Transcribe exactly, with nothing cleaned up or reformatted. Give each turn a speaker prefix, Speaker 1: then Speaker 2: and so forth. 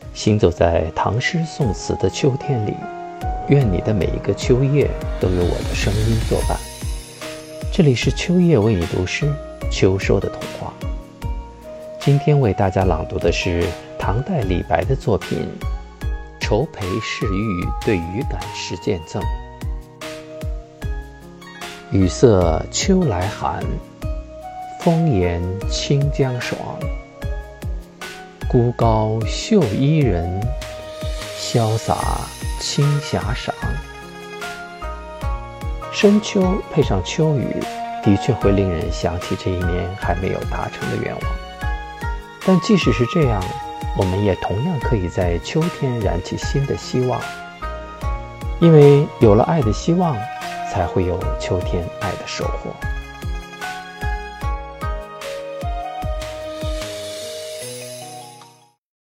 Speaker 1: 行走在唐诗宋词的秋天里，愿你的每一个秋夜都有我的声音作伴。这里是秋夜为你读诗，秋收的童话。今天为大家朗读的是唐代李白的作品《愁陪侍玉对渔感时见赠》。雨色秋来寒，风沿清江爽。孤高秀伊人，潇洒青霞赏。深秋配上秋雨，的确会令人想起这一年还没有达成的愿望。但即使是这样，我们也同样可以在秋天燃起新的希望，因为有了爱的希望，才会有秋天爱的收获。